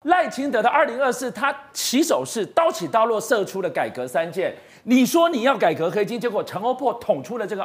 赖清德的2024，他起手是刀起刀落射出了改革3件。你说你要改革黑金，结果陈欧珀捅出了这个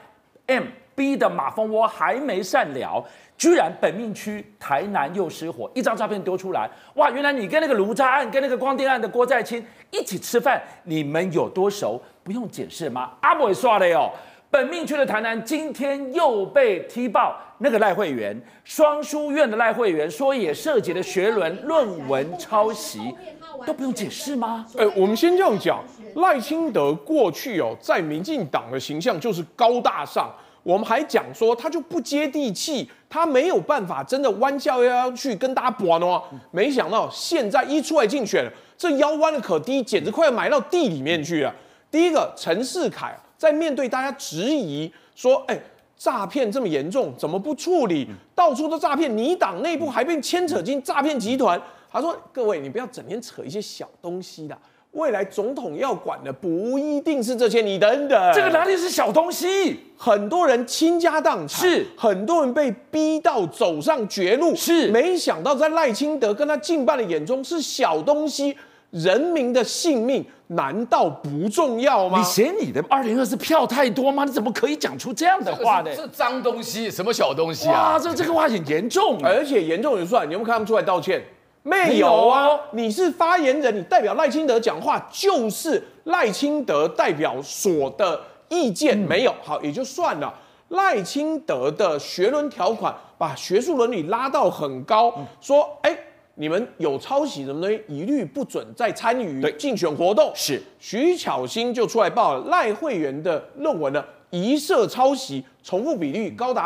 IMB 的马蜂窝还没善了，居然本命区台南又失火，一张照片丢出来，哇，原来你跟那个卢渣案、跟那个光电案的郭在清一起吃饭，你们有多熟？不用解释吗？阿伯也刷了哟。本命区的台南今天又被踢爆，那个赖慧媛，双书院的赖慧媛说也涉及了学论文抄袭，都不用解释吗？ 我们先这样讲，赖清德过去在民进党的形象就是高大上，我们还讲说他就不接地气，他没有办法真的弯下腰去跟大家搏哦。没想到现在一出来竞选，这腰弯的可低，简直快要埋到地里面去了。第一个，陈世凯在面对大家质疑说，诈骗这么严重，怎么不处理？到处都诈骗，你党内部还被牵扯进诈骗集团。他说：“各位，你不要整天扯一些小东西啦，未来总统要管的不一定是这些，你等等。 这个哪里是小东西？ 很多人倾家荡产， 是很多人被逼到走上绝路， 是没想到在赖清德跟他近伴的眼中是小东西。”人民的性命难道不重要吗？ 你嫌你的2024票太多吗？你怎么可以讲出这样的话呢？ 这脏东西，什么小东西啊？ 哇，这个话很严重， 而且严重也算，你有没有看他们出来道歉？没有啊！你是发言人，你代表赖清德讲话，就是赖清德代表所的意见，没有好也就算了。赖清德的学伦条款把学术伦理拉到很高，说你们有抄袭什么东西，一律不准再参与竞选活动。 是徐巧芯就出来报了赖慧媛的论文呢，疑涉抄袭，重复比率高达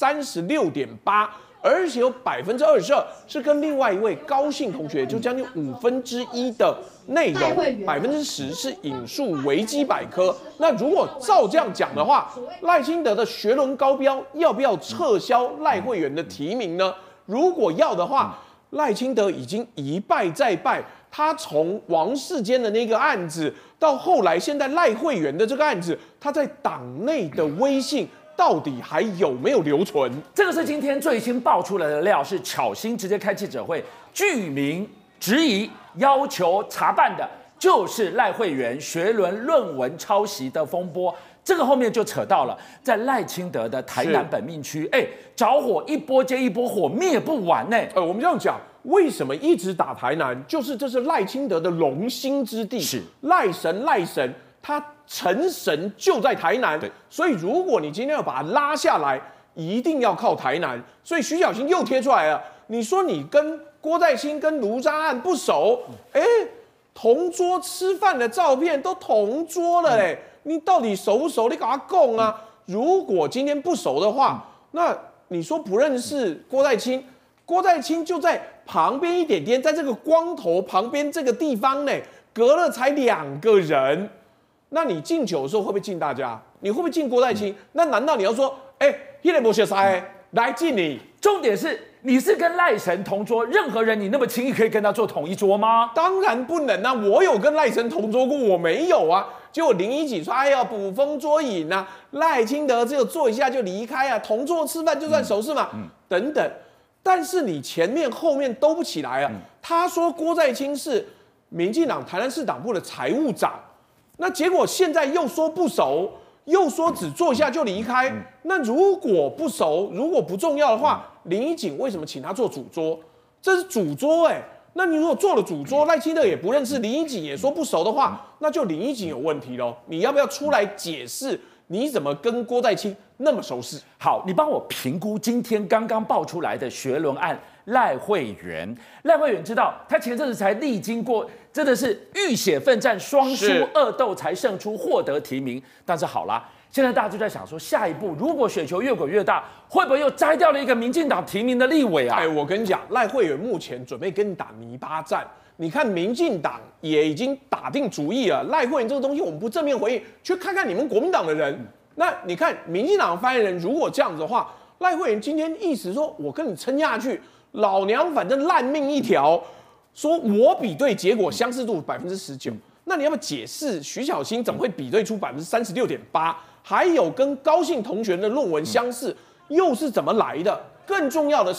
36.8%，而且有22%是跟另外一位高姓同学，就将近1/5的内容，10%是引述维基百科。那如果照这样讲的话，赖清德的学伦高标要不要撤销赖慧媛的提名呢？如果要的话，赖清德已经一败再败，他从王世坚的那个案子，到后来现在赖慧媛的这个案子，他在党内的威信到底还有没有留存？ 这个是今天最新爆出来的料，是巧芯直接开记者会，具名质疑，要求查办的，就是赖慧媛学论文抄袭的风波。这个后面就扯到了，在赖清德的台南本命区，着火一波接一波，火灭不完呢。 我们这样讲，为什么一直打台南？就是这是赖清德的龙兴之地， 是赖神，他成神就在台南，所以如果你今天要把它拉下来，一定要靠台南。所以徐巧芯又贴出来了，你说你跟郭在清跟卢渣案不熟，同桌吃饭的照片都同桌了嘞。你到底熟不熟？你搞他供啊！如果今天不熟的话，那你说不认识郭在清，郭在清就在旁边一点点，在这个光头旁边这个地方呢，隔了才2个人。那你敬酒的时候会不会敬大家？你会不会敬郭在清？那难道你要说，那个没学塞来敬你？ 重点是你是跟赖神同桌，任何人你那么轻易可以跟他坐同一桌吗？ 当然不能啊！我有跟赖神同桌过，我没有啊。结果林怡己说：“捕风捉影啊！”赖清德只有坐一下就离开啊，同桌吃饭就算熟识嘛，等等。但是你前面后面都不起来啊。他说郭在清是民进党台南市党部的财务长，那结果现在又说不熟，又说只坐一下就离开。那如果不熟，如果不重要的话，林怡景为什么请他坐主桌？这是主桌那你如果做了主桌，赖清德也不认识，林怡景也说不熟的话，那就林怡景有问题咯。你要不要出来解释，你怎么跟郭在清那么熟识？ 好，你帮我评估今天刚刚爆出来的学伦案，赖慧媛知道，他前阵子才历经过，真的是浴血奋战，双输恶斗才胜出，获得提名。但是好啦，现在大家就在想说，下一步如果雪球越滚越大，会不会又摘掉了一个民进党提名的立委啊？ 我跟你讲，赖慧媛目前准备跟你打泥巴战。你看民进党也已经打定主意了，赖慧媛这个东西我们不正面回应，去看看你们国民党的人。那你看民进党发言人如果这样子的话，赖慧媛今天意思说我跟你撑下去，老娘反正烂命一条，说我比对结果相似度19%，那你要不要解释徐巧芯怎么会比对出36.8%？还有跟高姓同学的论文相似，又是怎么来的？更重要的是，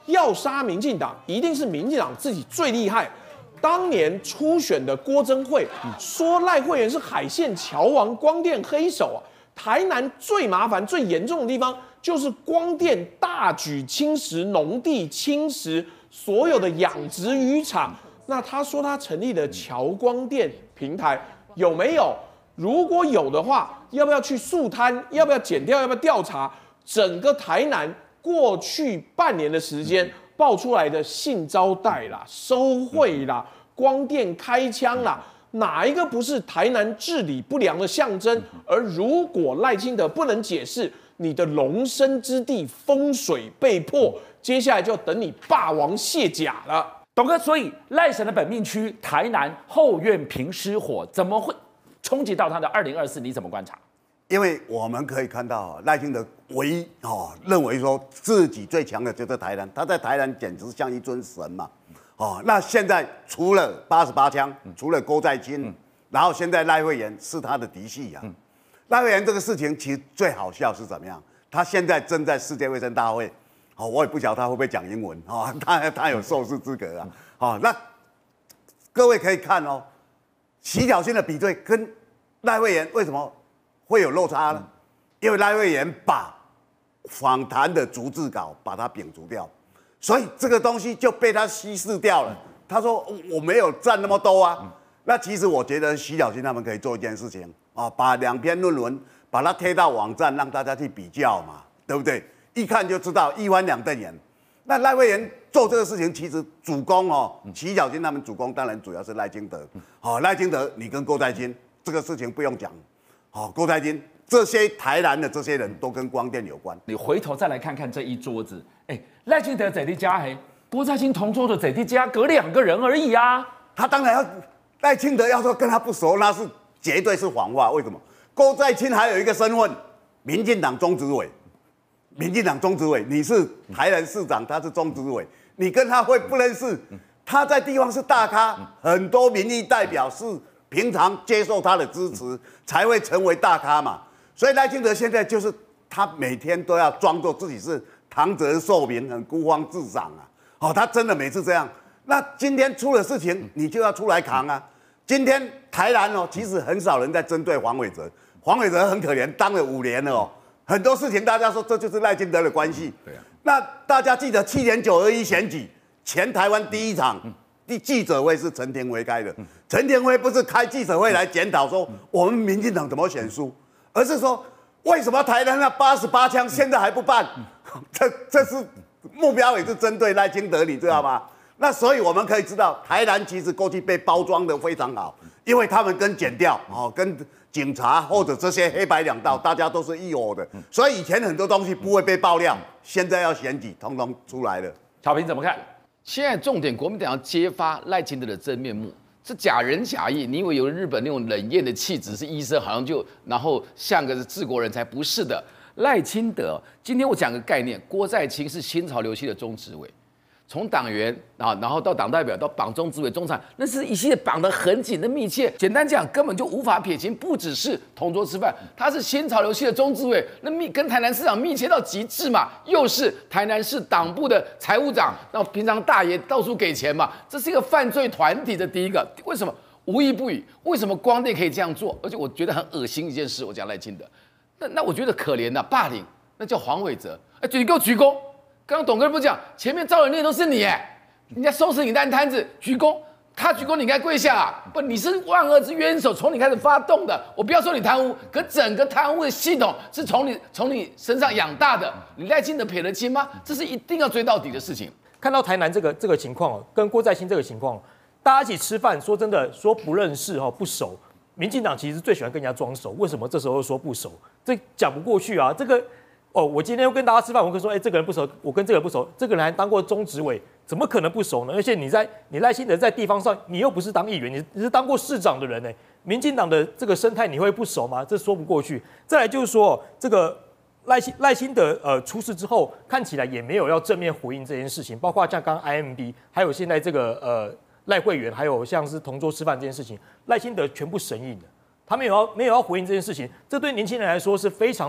要杀民进党，一定是民进党自己最厉害。当年初选的郭增惠说赖慧媛是海线桥王、光电黑手啊。台南最麻烦、最严重的地方就是光电大举侵蚀农地、侵蚀所有的养殖渔场。那他说他成立的侨光电平台有没有？如果有的话，要不要去肃贪？要不要检调？要不要调查？整个台南过去半年的时间爆出来的性招待啦、收贿啦、光电开枪啦。哪一个不是台南治理不良的象征？而如果赖清德不能解释，你的容身之地风水被破，接下来就等你霸王卸甲了。 董哥，所以赖神的本命区台南后院平失火，怎么会冲击到他的2024？你怎么观察？ 因为我们可以看到赖清德唯一认为说自己最强的就是台南，他在台南简直像一尊神嘛。那现在除了88枪，除了郭在清，然后现在赖慧妍是他的嫡系啊。赖慧妍这个事情其实最好笑是怎么样？他现在正在世界卫生大会，我也不晓得他会不会讲英文他有受试资格啊。那各位可以看徐小新的比对跟赖慧妍为什么会有落差呢？因为赖慧妍把访谈的逐字稿把它摒除掉。所以这个东西就被他稀释掉了。他说我没有占那么多啊。那其实我觉得徐小新他们可以做一件事情把2篇论文把它贴到网站，让大家去比较嘛，对不对？一看就知道一翻两瞪眼。那赖慧妍做这个事情，其实主攻徐小新他们主攻当然主要是赖清德。赖清德你跟郭台铭这个事情不用讲，郭台铭这些台南的这些人都跟光电有关。 你回头再来看看这一桌子，赖清德在地家郭在清同桌的在地家隔2个人而已啊。 他当然要赖清德要说跟他不熟，那是绝对是谎话。为什么？郭在清还有一个身份，民进党中执委。民进党中执委，你是台南市长，他是中执委，你跟他会不认识？他在地方是大咖，很多民意代表是平常接受他的支持，才会成为大咖嘛。所以赖清德现在就是他每天都要装作自己是唐泽寿明，很孤芳自赏啊。他真的每次这样。那今天出了事情，你就要出来扛啊。今天台南其实很少人在针对黄伟哲，黄伟哲很可怜，当了5年了很多事情大家说这就是赖清德的关系。对啊。那大家记得7年921选举前台湾第一场记者会是陈廷辉开的，陈廷辉不是开记者会来检讨说我们民进党怎么选输，而是说为什么台南那88枪现在还不办？这是目标也是针对赖清德，你知道吗？那所以我们可以知道，台南其实过去被包装的非常好，因为他们跟检调跟警察或者这些黑白两道，大家都是一伙的，所以以前很多东西不会被爆料，现在要选举，通通出来了。 小平怎么看？ 现在重点，国民党要揭发赖清德的真面目，是假仁假义。你以为有日本那种冷艳的气质是医生，好像就然后像个治国人才，不是的。赖清德，今天我讲个概念，郭在清是新潮流系的中执委。从党员然后到党代表到绑中执委中常，那是一系列绑得很紧的密切。简单讲，根本就无法撇清，不只是同桌吃饭，他是新潮流系的中执委，那跟台南市长密切到极致嘛，又是台南市党部的财务长，然后平常大爷到处给钱嘛，这是一个犯罪团体的第一个。为什么无一不语？为什么光电可以这样做？而且我觉得很恶心一件事，我讲赖清德，那我觉得可怜呐，霸凌，那叫黄伟哲，你给我鞠躬。刚刚董哥不讲，前面招人念都是你人家收拾你烂摊子，鞠躬，他鞠躬你应该跪下啊！不，你是万恶之冤首，从你开始发动的。我不要说你贪污，可整个贪污的系统是从你身上养大的，你赖清德撇得清吗？这是一定要追到底的事情。 看到台南这个情况跟郭在清这个情况，大家一起吃饭，说真的，说不认识不熟，民进党其实最喜欢跟人家装熟，为什么这时候又说不熟？这讲不过去啊！这个。我今天又跟大家吃饭，我跟说，这个人不熟，我跟这个人不熟，这个人还当过中执委，怎么可能不熟呢？而且你赖清德在地方上，你又不是当议员，你是当过市长的人呢，民进党的这个生态你会不熟吗？这说不过去。再来就是说，这个赖清德出事之后，看起来也没有要正面回应这件事情，包括像刚刚 IMB， 还有现在这个赖慧媛，还有像是同桌吃饭这件事情，赖清德全部神隐了。他没有要回应这件事情，这对年轻人来说是非常的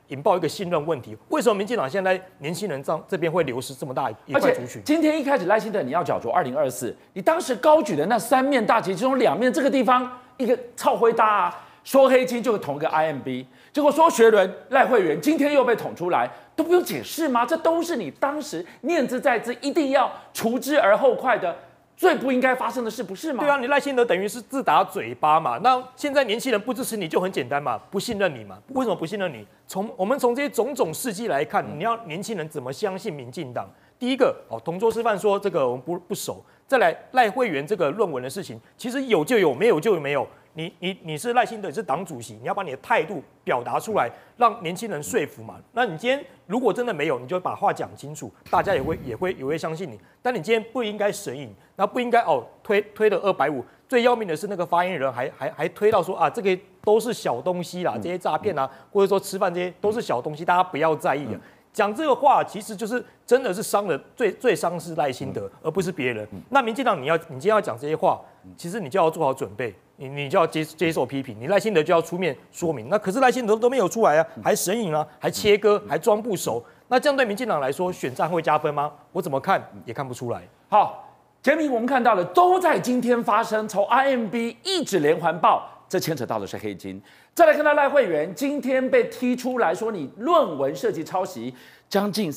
引爆一个信任问题。为什么民进党现在年轻人这边会流失这么大一块族群？ 今天一开始赖清德你要角逐2024，你当时高举的那3面大旗，其中2面这个地方一个超灰大啊，说黑金就同一个 IMB， 结果说学伦赖慧媛今天又被捅出来，都不用解释吗？这都是你当时念之在之，一定要除之而后快的。最不应该发生的事，不是吗？ 对啊，你赖清德等于是自打嘴巴嘛。那现在年轻人不支持你就很简单嘛，不信任你嘛。为什么不信任你？我们从这些种种事迹来看，你要年轻人怎么相信民进党？第一个同桌师范说这个我们不熟，再来赖慧媛这个论文的事情，其实有就有，没有就没有。你是赖清德，你是党主席，你要把你的态度表达出来，让年轻人说服嘛。那你今天如果真的没有，你就把话讲清楚，大家也会相信你。但你今天不应该神隐，然后不应该推了250。最要命的是那个发言人还推到说啊，这个都是小东西啦，这些诈骗啊，或者说吃饭这些都是小东西，大家不要在意的。讲这个话，其实就是真的是伤了最伤是赖清德，而不是别人。那民进党你今天要讲这些话，其实你就要做好准备，你就要接受批评，你赖清德就要出面说明。那可是赖清德都没有出来啊，还神隐啊，还切割，还装不熟。那这样对民进党来说，选战会加分吗？我怎么看也看不出来。 好，杰明，我们看到了都在今天发生，从 IMB 一纸连环爆，这牵扯到的是黑金。再来看到赖慧媛今天被踢出来说你论文涉及抄袭，将近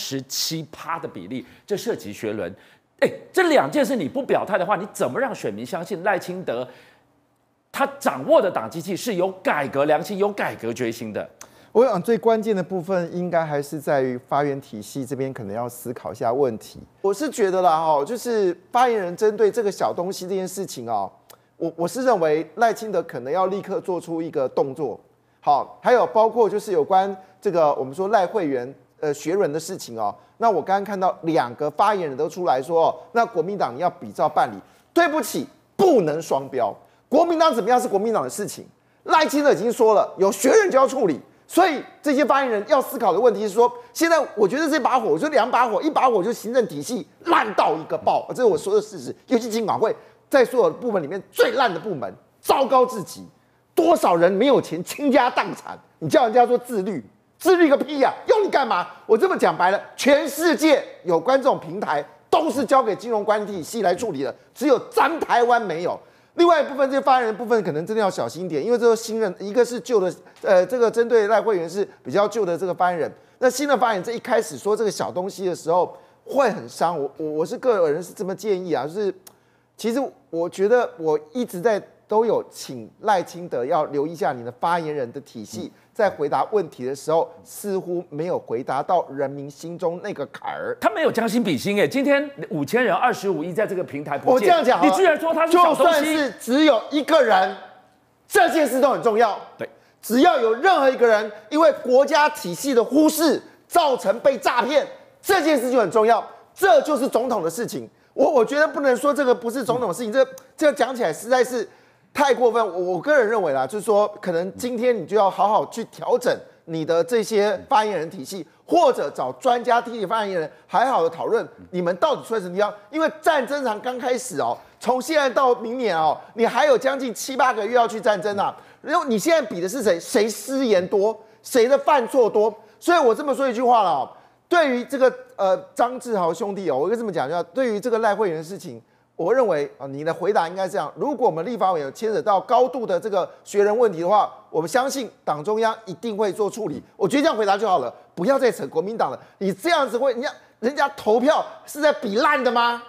37%的比例，这涉及学伦。这2件事你不表态的话，你怎么让选民相信赖清德他掌握的党机器是有改革良心、有改革决心的？ 我想最关键的部分应该还是在于发言体系这边，可能要思考一下问题。我是觉得啦，就是发言人针对这个小东西这件事情啊，我是认为赖清德可能要立刻做出一个动作。好，还有包括就是有关这个我们说赖慧媛学伦的事情哦。那我刚刚看到2个发言人都出来说，那国民党要比照办理。对不起，不能双标。国民党怎么样是国民党的事情，赖清德已经说了，有学人就要处理。所以这些发言人要思考的问题是说，现在我觉得这把火，我觉得2把火，一把火就行政体系烂到一个爆，这是我说的事实。尤其金管会在所有的部门里面最烂的部门，糟糕至极。多少人没有钱倾家荡产，你叫人家说自律，自律个屁呀！用你干嘛？我这么讲白了，全世界有关这种平台都是交给金融管理体系来处理的，只有咱台湾没有。另外一部分，这些发言人部分可能真的要小心一点，因为这个新任，一个是旧的，这个针对赖慧媛是比较旧的这个发言人，那新的发言人这一开始说这个小东西的时候会很伤，我是个人是这么建议啊，就是其实我觉得我一直都有请赖清德要留意一下你的发言人的体系，在回答问题的时候，似乎没有回答到人民心中那个坎儿。 他没有将心比心今天5000人25亿在这个平台不见， 我这样讲， 你居然说他是小东西， 就算是只有一个人，这件事都很重要。 对， 只要有任何一个人因为国家体系的忽视造成被诈骗，这件事就很重要，这就是总统的事情。我觉得不能说这个不是总统的事情，这讲起来实在是太过分。我个人认为啦，就是说，可能今天你就要好好去调整你的这些发言人体系，或者找专家替发言人好好的讨论你们到底出了什么地方。因为战争才刚开始哦，从现在到明年哦，你还有将近7、8个月要去战争啊。然后你现在比的是谁？谁失言多，谁的犯错多？所以我这么说一句话了哦，对于这个张志豪兄弟哦，我跟这么讲，就对于这个赖慧媛的事情。我认为啊，你的回答应该这样：如果我们立法委员牵扯到高度的这个学人问题的话，我们相信党中央一定会做处理。我觉得这样回答就好了，不要再扯国民党了。你这样子会，人家投票是在比烂的吗？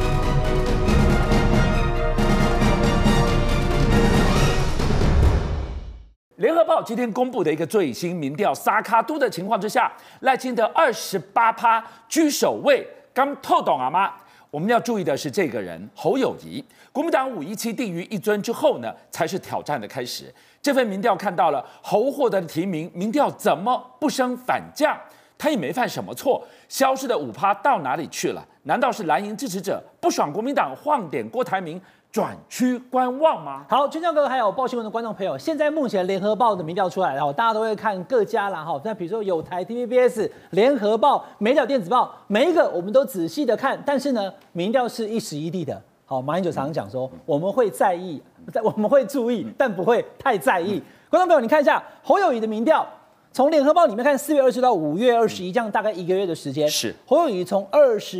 联合报今天公布的一个最新民调，沙卡都的情况之下，赖清德28%居首位，刚透懂啊吗？我们要注意的是，这个人侯友宜，国民党517定于一尊之后呢，才是挑战的开始。这份民调看到了侯获得的提名，民调怎么不升反降？他也没犯什么错，消失的5%到哪里去了？难道是蓝营支持者不爽国民党晃点郭台铭，转趋观望吗？ 好，军将哥还有报新闻的观众朋友，现在目前联合报的民调出来了，大家都会看各家啦哈。那比如说有台 TVBS、联合报、美角电子报，每一个我们都仔细的看，但是呢，民调是一时一地的。好，马英九常常讲说，我们会在意，我们会注意，但不会太在意。观众朋友，你看一下侯友宜的民调， 从联合报里面看，4月20到5月21，这样大概1个月的时间， 是侯友宜从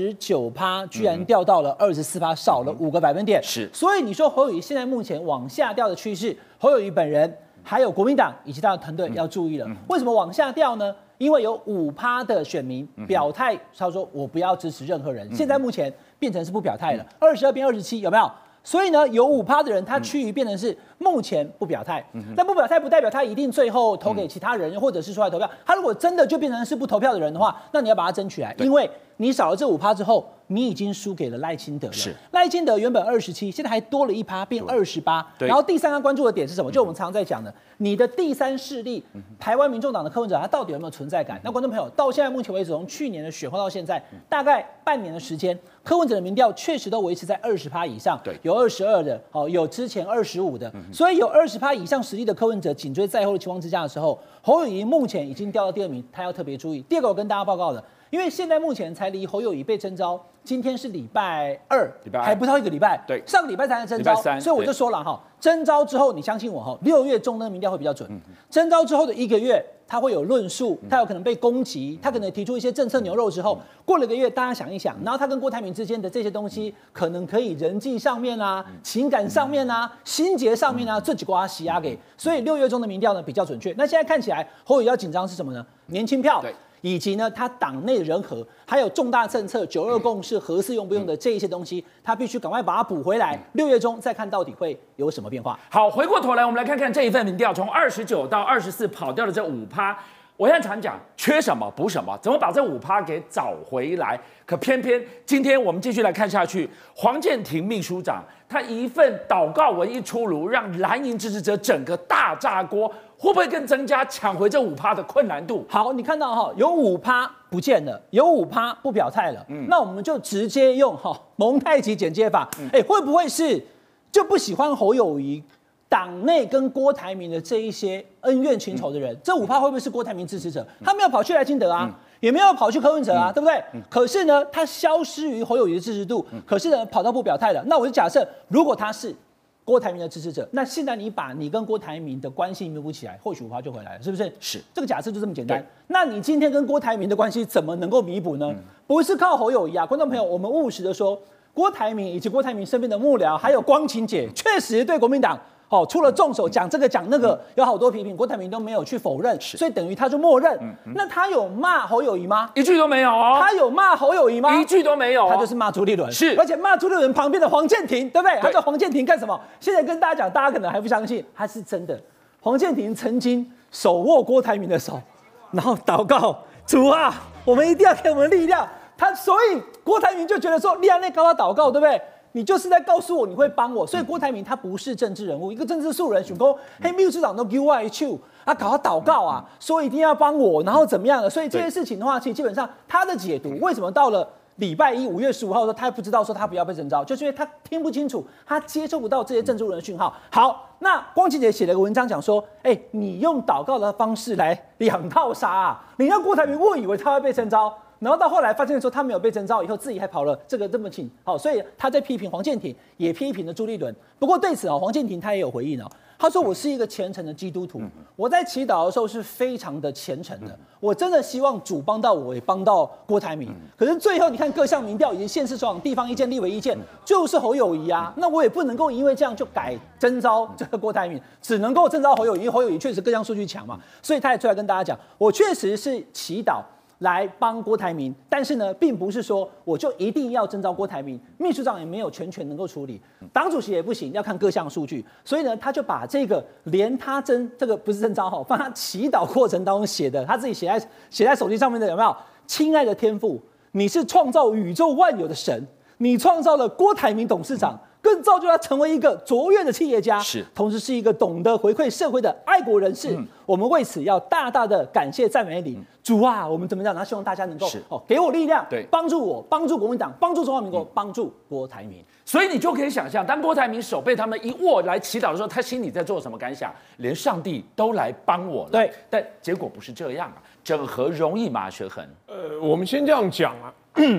29%居然掉到了24%，少了5个百分点。 是， 所以你说侯友宜现在目前往下掉的趋势，侯友宜本人还有国民党以及他的团队要注意了。为什么往下掉呢？因为有5%的选民表态，他说我不要支持任何人。现在目前变成是不表态了，22变27，有没有？所以呢，有5%的人，他趋于变成是目前不表态，但不表态不代表他一定最后投给其他人，或者是出来投票。他如果真的就变成是不投票的人的话，那你要把他争取来，因为你少了这5%之后，你已经输给了赖清德了。 是赖清德原本27，现在还多了1%，变28。然后第3个关注的点是什么？就我们常常在讲的，你的第3势力，台湾民众党的柯文哲，他到底有没有存在感？那观众朋友，到现在目前为止，从去年的选后到现在，大概半年的时间，柯文哲的民调确实都维持在20%以上，有22的，有之前25的，所以有20%以上实力的柯文哲紧追在后的情况之下的时候，侯友宜目前已经掉到第2名，他要特别注意。第2个我跟大家报告的，因为现在目前才离侯友宜被征召，今天是礼拜二，还不到1个礼拜， 对， 上个礼拜才能征召，所以我就说了哈，征召之后你相信我哈，6月中那个民调会比较准，征召之后的1个月。他会有论述，他有可能被攻击，他可能提出一些政策牛肉之后，过了1个月，大家想一想，然后他跟郭台铭之间的这些东西，可能可以人际上面啊、情感上面啊、心结上面啊，这几瓜洗压给，所以6月中的民调呢比较准确。那现在看起来，侯友宜要紧张是什么呢？年轻票。以及呢，他党内人和，还有重大政策、9·2共识、核四用不用的这一些东西，他必须赶快把它补回来。6月中再看到底会有什么变化。 好，回过头来，我们来看看这一份民调，从29到24跑掉的这5%。我现在常讲，缺什么补什么，怎么把这5%给找回来？可偏偏今天我们继续来看下去，黄健庭秘书长他一份祷告文一出炉，让蓝营支持者整个大炸锅，会不会更增加抢回这5%的困难度？ 好，你看到哈，有5%不见了，有5%不表态了，那我们就直接用蒙太奇剪接法，会不会是就不喜欢侯友宜？党内跟郭台铭的这一些恩怨情仇的人，这5%会不会是郭台铭支持者？他没有跑去赖清德啊，也没有跑去柯文哲啊，对不对？可是呢，他消失于侯友宜的支持度，可是呢，跑到不表态了。那我就假设，如果他是郭台铭的支持者，那现在你把你跟郭台铭的关系弥补起来，或许5%就回来了，是不是？ 是， 这个假设就这么简单。那你今天跟郭台铭的关系怎么能够弥补呢？不是靠侯友宜啊，观众朋友，我们务实的说，郭台铭以及郭台铭身边的幕僚，还有光晴姐，确实对国民党。出了重手，讲这个讲那个，有好多批评，郭台铭都没有去否认，所以等于他就默认。那他有骂侯友宜吗？ 一句都没有哦。 他有骂侯友宜吗？ 一句都没有。 他就是骂朱立伦， 是， 而且骂朱立伦旁边的黄健庭，对不对？他叫黄健庭干什么？现在跟大家讲，大家可能还不相信，他是真的。黄健庭曾经手握郭台铭的手，然后祷告主啊，我们一定要给我们力量。所以郭台铭就觉得说，利亚内高他祷告，对不对？你就是在告诉我你会帮我，所以郭台铭他不是政治人物，一个政治素人，想说嘿，秘书长都给我一球啊，搞他祷告啊，说一定要帮我，然后怎么样的？所以这些事情的话，其实基本上他的解读，为什么到了礼拜一5月15号的时候，他还不知道说他不要被征召，就是因为他听不清楚，他接收不到这些政治人的讯号。好，那光晴姐写了个文章讲说，你用祷告的方式来2套杀啊，你让郭台铭误以为他会被征召。然后到后来发现说他没有被征召以后，自己还跑了这么近，好，所以他在批评黄健庭，也批评了朱立伦。不过对此黄健庭他也有回应哦，他说我是一个虔诚的基督徒，我在祈祷的时候是非常的虔诚的，我真的希望主帮到我，也帮到郭台铭。可是最后你看各项民调以及县市首长、地方意见、立委意见，就是侯友宜啊，那我也不能够因为这样就改征召这个郭台铭，只能够征召侯友宜，因为侯友宜确实各项数据强嘛，所以他也出来跟大家讲，我确实是祈祷。来帮郭台铭，但是呢，并不是说我就一定要征召郭台铭，秘书长也没有全权能够处理，党主席也不行，要看各项数据，所以呢，他就把这个连他这个不是征召哈，帮他祈祷过程当中写的，他自己写在手机上面的有没有？亲爱的天父，你是创造宇宙万有的神，你创造了郭台铭董事长。更造就他成为一个卓越的企业家，同时是一个懂得回馈社会的爱国人士。我们为此要大大的感谢赞美你，主啊，我们怎么样？然后希望大家能够给我力量，帮助我，帮助国民党，帮助中华民国，帮助郭台铭。 所以你就可以想象，当郭台铭手被他们一握来祈祷的时候，他心里在做什么感想？连上帝都来帮我了。 对， 但结果不是这样啊，整合容易吗？学恒， 我们先这样讲啊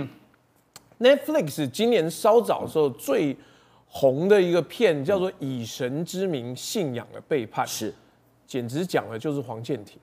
，Netflix 今年稍早的时候最红的一个片叫做《以神之名：信仰的背叛》，简直讲的就是黄健庭。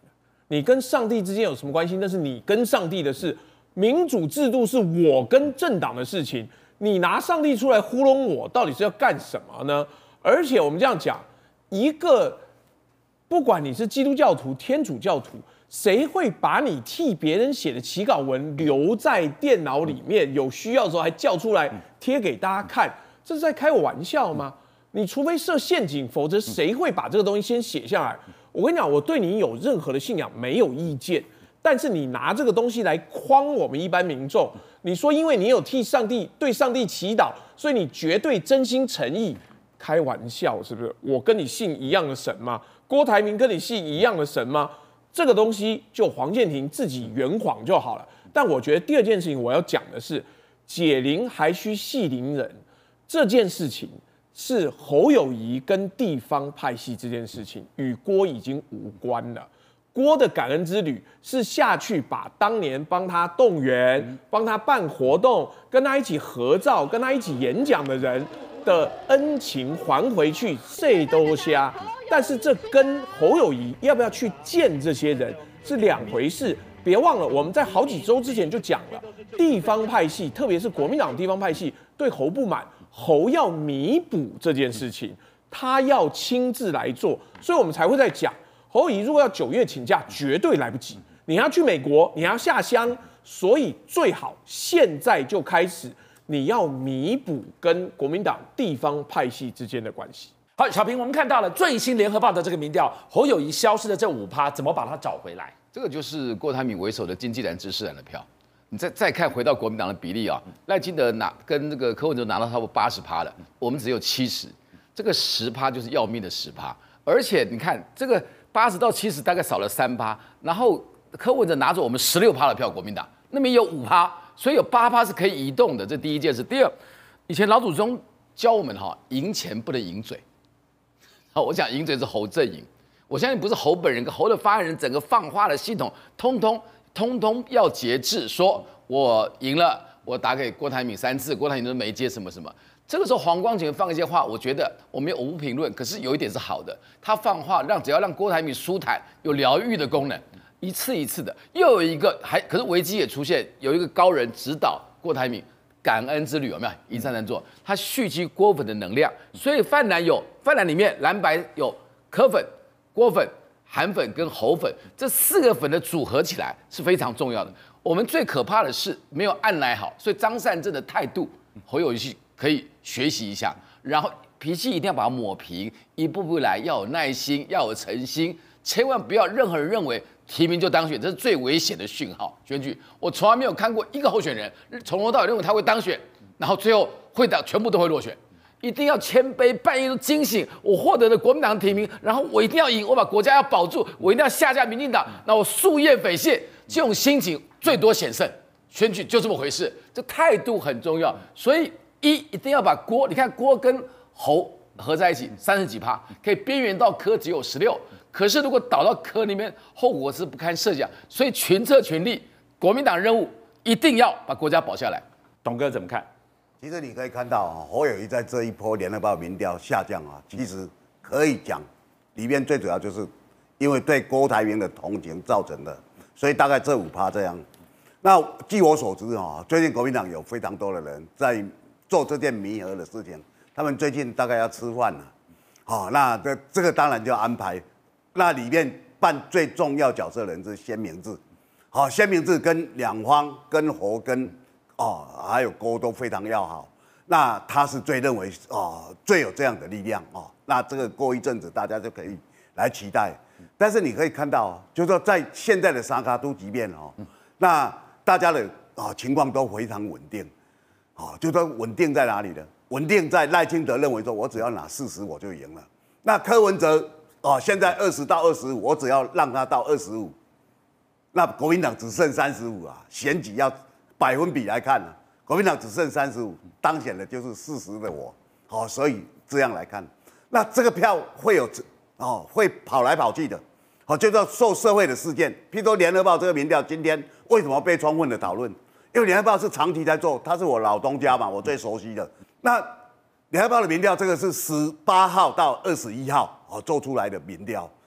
你跟上帝之间有什么关系？那是你跟上帝的事。民主制度是我跟政党的事情。你拿上帝出来糊弄我，到底是要干什么呢？而且我们这样讲，一个不管你是基督教徒、天主教徒，谁会把你替别人写的起稿文留在电脑里面？有需要的时候还叫出来贴给大家看，这是在开我玩笑吗？你除非设陷阱，否则谁会把这个东西先写下来？我跟你讲，我对你有任何的信仰没有意见，但是你拿这个东西来诓我们一般民众，你说因为你有替上帝对上帝祈祷，所以你绝对真心诚意，开玩笑是不是？我跟你信一样的神吗？郭台铭跟你信一样的神吗？这个东西就黄健庭自己圆谎就好了。但我觉得第二件事情我要讲的是，解铃还须系铃人这件事情。是侯友宜跟地方派系这件事情与郭已经无关了。郭的感恩之旅是下去把当年帮他动员、帮他办活动、跟他一起合照、跟他一起演讲的人的恩情还回去，这都瞎。但是这跟侯友宜要不要去见这些人是两回事。别忘了，我们在好几周之前就讲了，地方派系，特别是国民党地方派系对侯不满。侯要弥补这件事情，他要亲自来做，所以我们才会在讲，侯友宜如果要9月请假，绝对来不及。你要去美国，你要下乡，所以最好现在就开始，你要弥补跟国民党地方派系之间的关系。 好，小平，我们看到了最新联合报的这个民调，侯友宜消失的这5%，怎么把它找回来？ 这个就是郭台铭为首的经济蓝、知识蓝的票。你再看回到国民党的比例啊，赖清德跟那个柯文哲拿到差不多80%了，我们只有70%，这个10%就是要命的10%。而且你看这个80到70大概少了3%，然后柯文哲拿着我们16%的票，国民党那边有5%，所以有8%是可以移动的，这第一件事。第二，以前老祖宗教我们赢钱不能赢嘴，好，我讲赢嘴是侯阵营，我相信不是侯本人跟侯的发言人整个放话的系统，通通要节制，说我赢了，我打给郭台铭3次，郭台铭都没接什么什么。这个时候黄光芹放一些话，我觉得我不评论，可是有一点是好的，他放话只要让郭台铭舒坦，有疗愈的功能，一次一次的。又有一个可是危机也出现，有一个高人指导郭台铭感恩之旅，有没有？133做，他蓄积郭粉的能量，所以泛蓝里面蓝白有柯粉、郭粉。韩粉跟侯粉这4个粉的组合起来是非常重要的。我们最可怕的是没有按来好，所以张善政的态度，侯友宜可以学习一下，然后脾气一定要把它抹平，一步步来，要有耐心，要有诚心，千万不要任何人认为提名就当选，这是最危险的讯号。选举我从来没有看过一个候选人从头到尾认为他会当选，然后最后全部都会落选。一定要谦卑，半夜都惊醒。我获得了国民党提名，然后我一定要赢，我把国家要保住，我一定要下架民进党，那我夙夜匪懈，这种心情最多险胜。选举就这么回事，这态度很重要。所以一定要把郭，你看郭跟侯合在一起30几%，可以边缘到柯只有16%。可是如果倒到柯里面，后果是不堪设想。所以群策群力，国民党任务一定要把国家保下来。 董哥怎么看？ 其实你可以看到侯友宜在这一波联合报民调下降其实可以讲，里面最主要就是因为对郭台铭的同情造成的，所以大概这5%这样。那据我所知最近国民党有非常多的人在做这件弥合的事情，他们最近大概要吃饭了，那这个当然就要安排。那里面扮最重要角色的人是先明智，先明智跟两方跟侯跟。还有郭都非常要好，那他是最认为最有这样的力量那这个过一阵子大家就可以来期待。但是你可以看到就是说在现在的三咖都即便那大家的情况都非常稳定，就说稳定在哪里呢？稳定在赖清德认为说我只要拿40我就赢了，那柯文哲现在20到25，我只要让他到25，那国民党只剩35选举要。百分比来看国民党只剩35，当选的就是40的我，所以这样来看，那这个票会有会跑来跑去的，就叫受社会的事件，譬如说联合报这个民调今天为什么被充分的讨论？因为联合报是长期在做，它是我老东家嘛，我最熟悉的。那联合报的民调这个是18号到21号做出来的民调，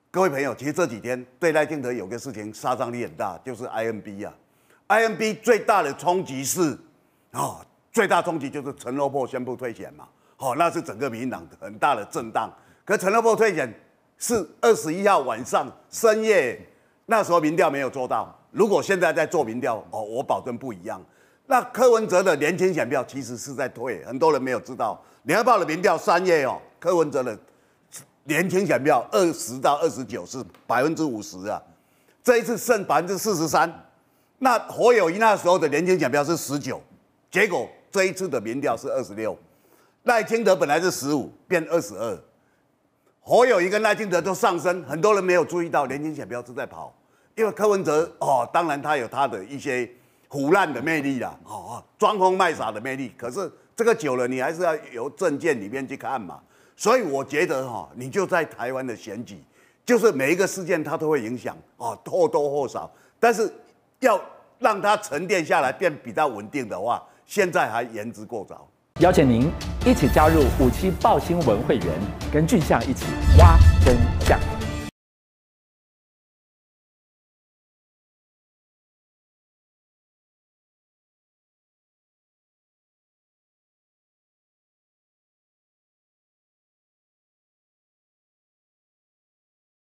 各位朋友，其实这几天对赖清德有个事情杀伤力很大，就是 INB 啊。INB 最大的冲击是，最大冲击就是陈欧珀宣布退选嘛，那是整个民进党很大的震荡。可陈欧珀退选是21号晚上深夜，那时候民调没有做到。如果现在在做民调，我保证不一样。那柯文哲的年轻选票其实是在退，很多人没有知道。联合报的民调3月柯文哲的年轻选票20到29是50%啊，这一次剩43%。那侯友宜那时候的年轻选票是19，结果这一次的民调是26。赖清德本来是15，变22。侯友宜跟赖清德都上升，很多人没有注意到年轻选票是在跑，因为柯文哲当然他有他的一些唬烂的魅力啦，装疯卖傻的魅力。可是这个久了，你还是要由政见里面去看嘛。所以我觉得你就在台湾的选举，就是每一个事件它都会影响或多或少，但是要让它沉淀下来变比较稳定的话，现在还言之过早。 邀请您一起加入57爆新闻会员，跟俊相一起挖真相。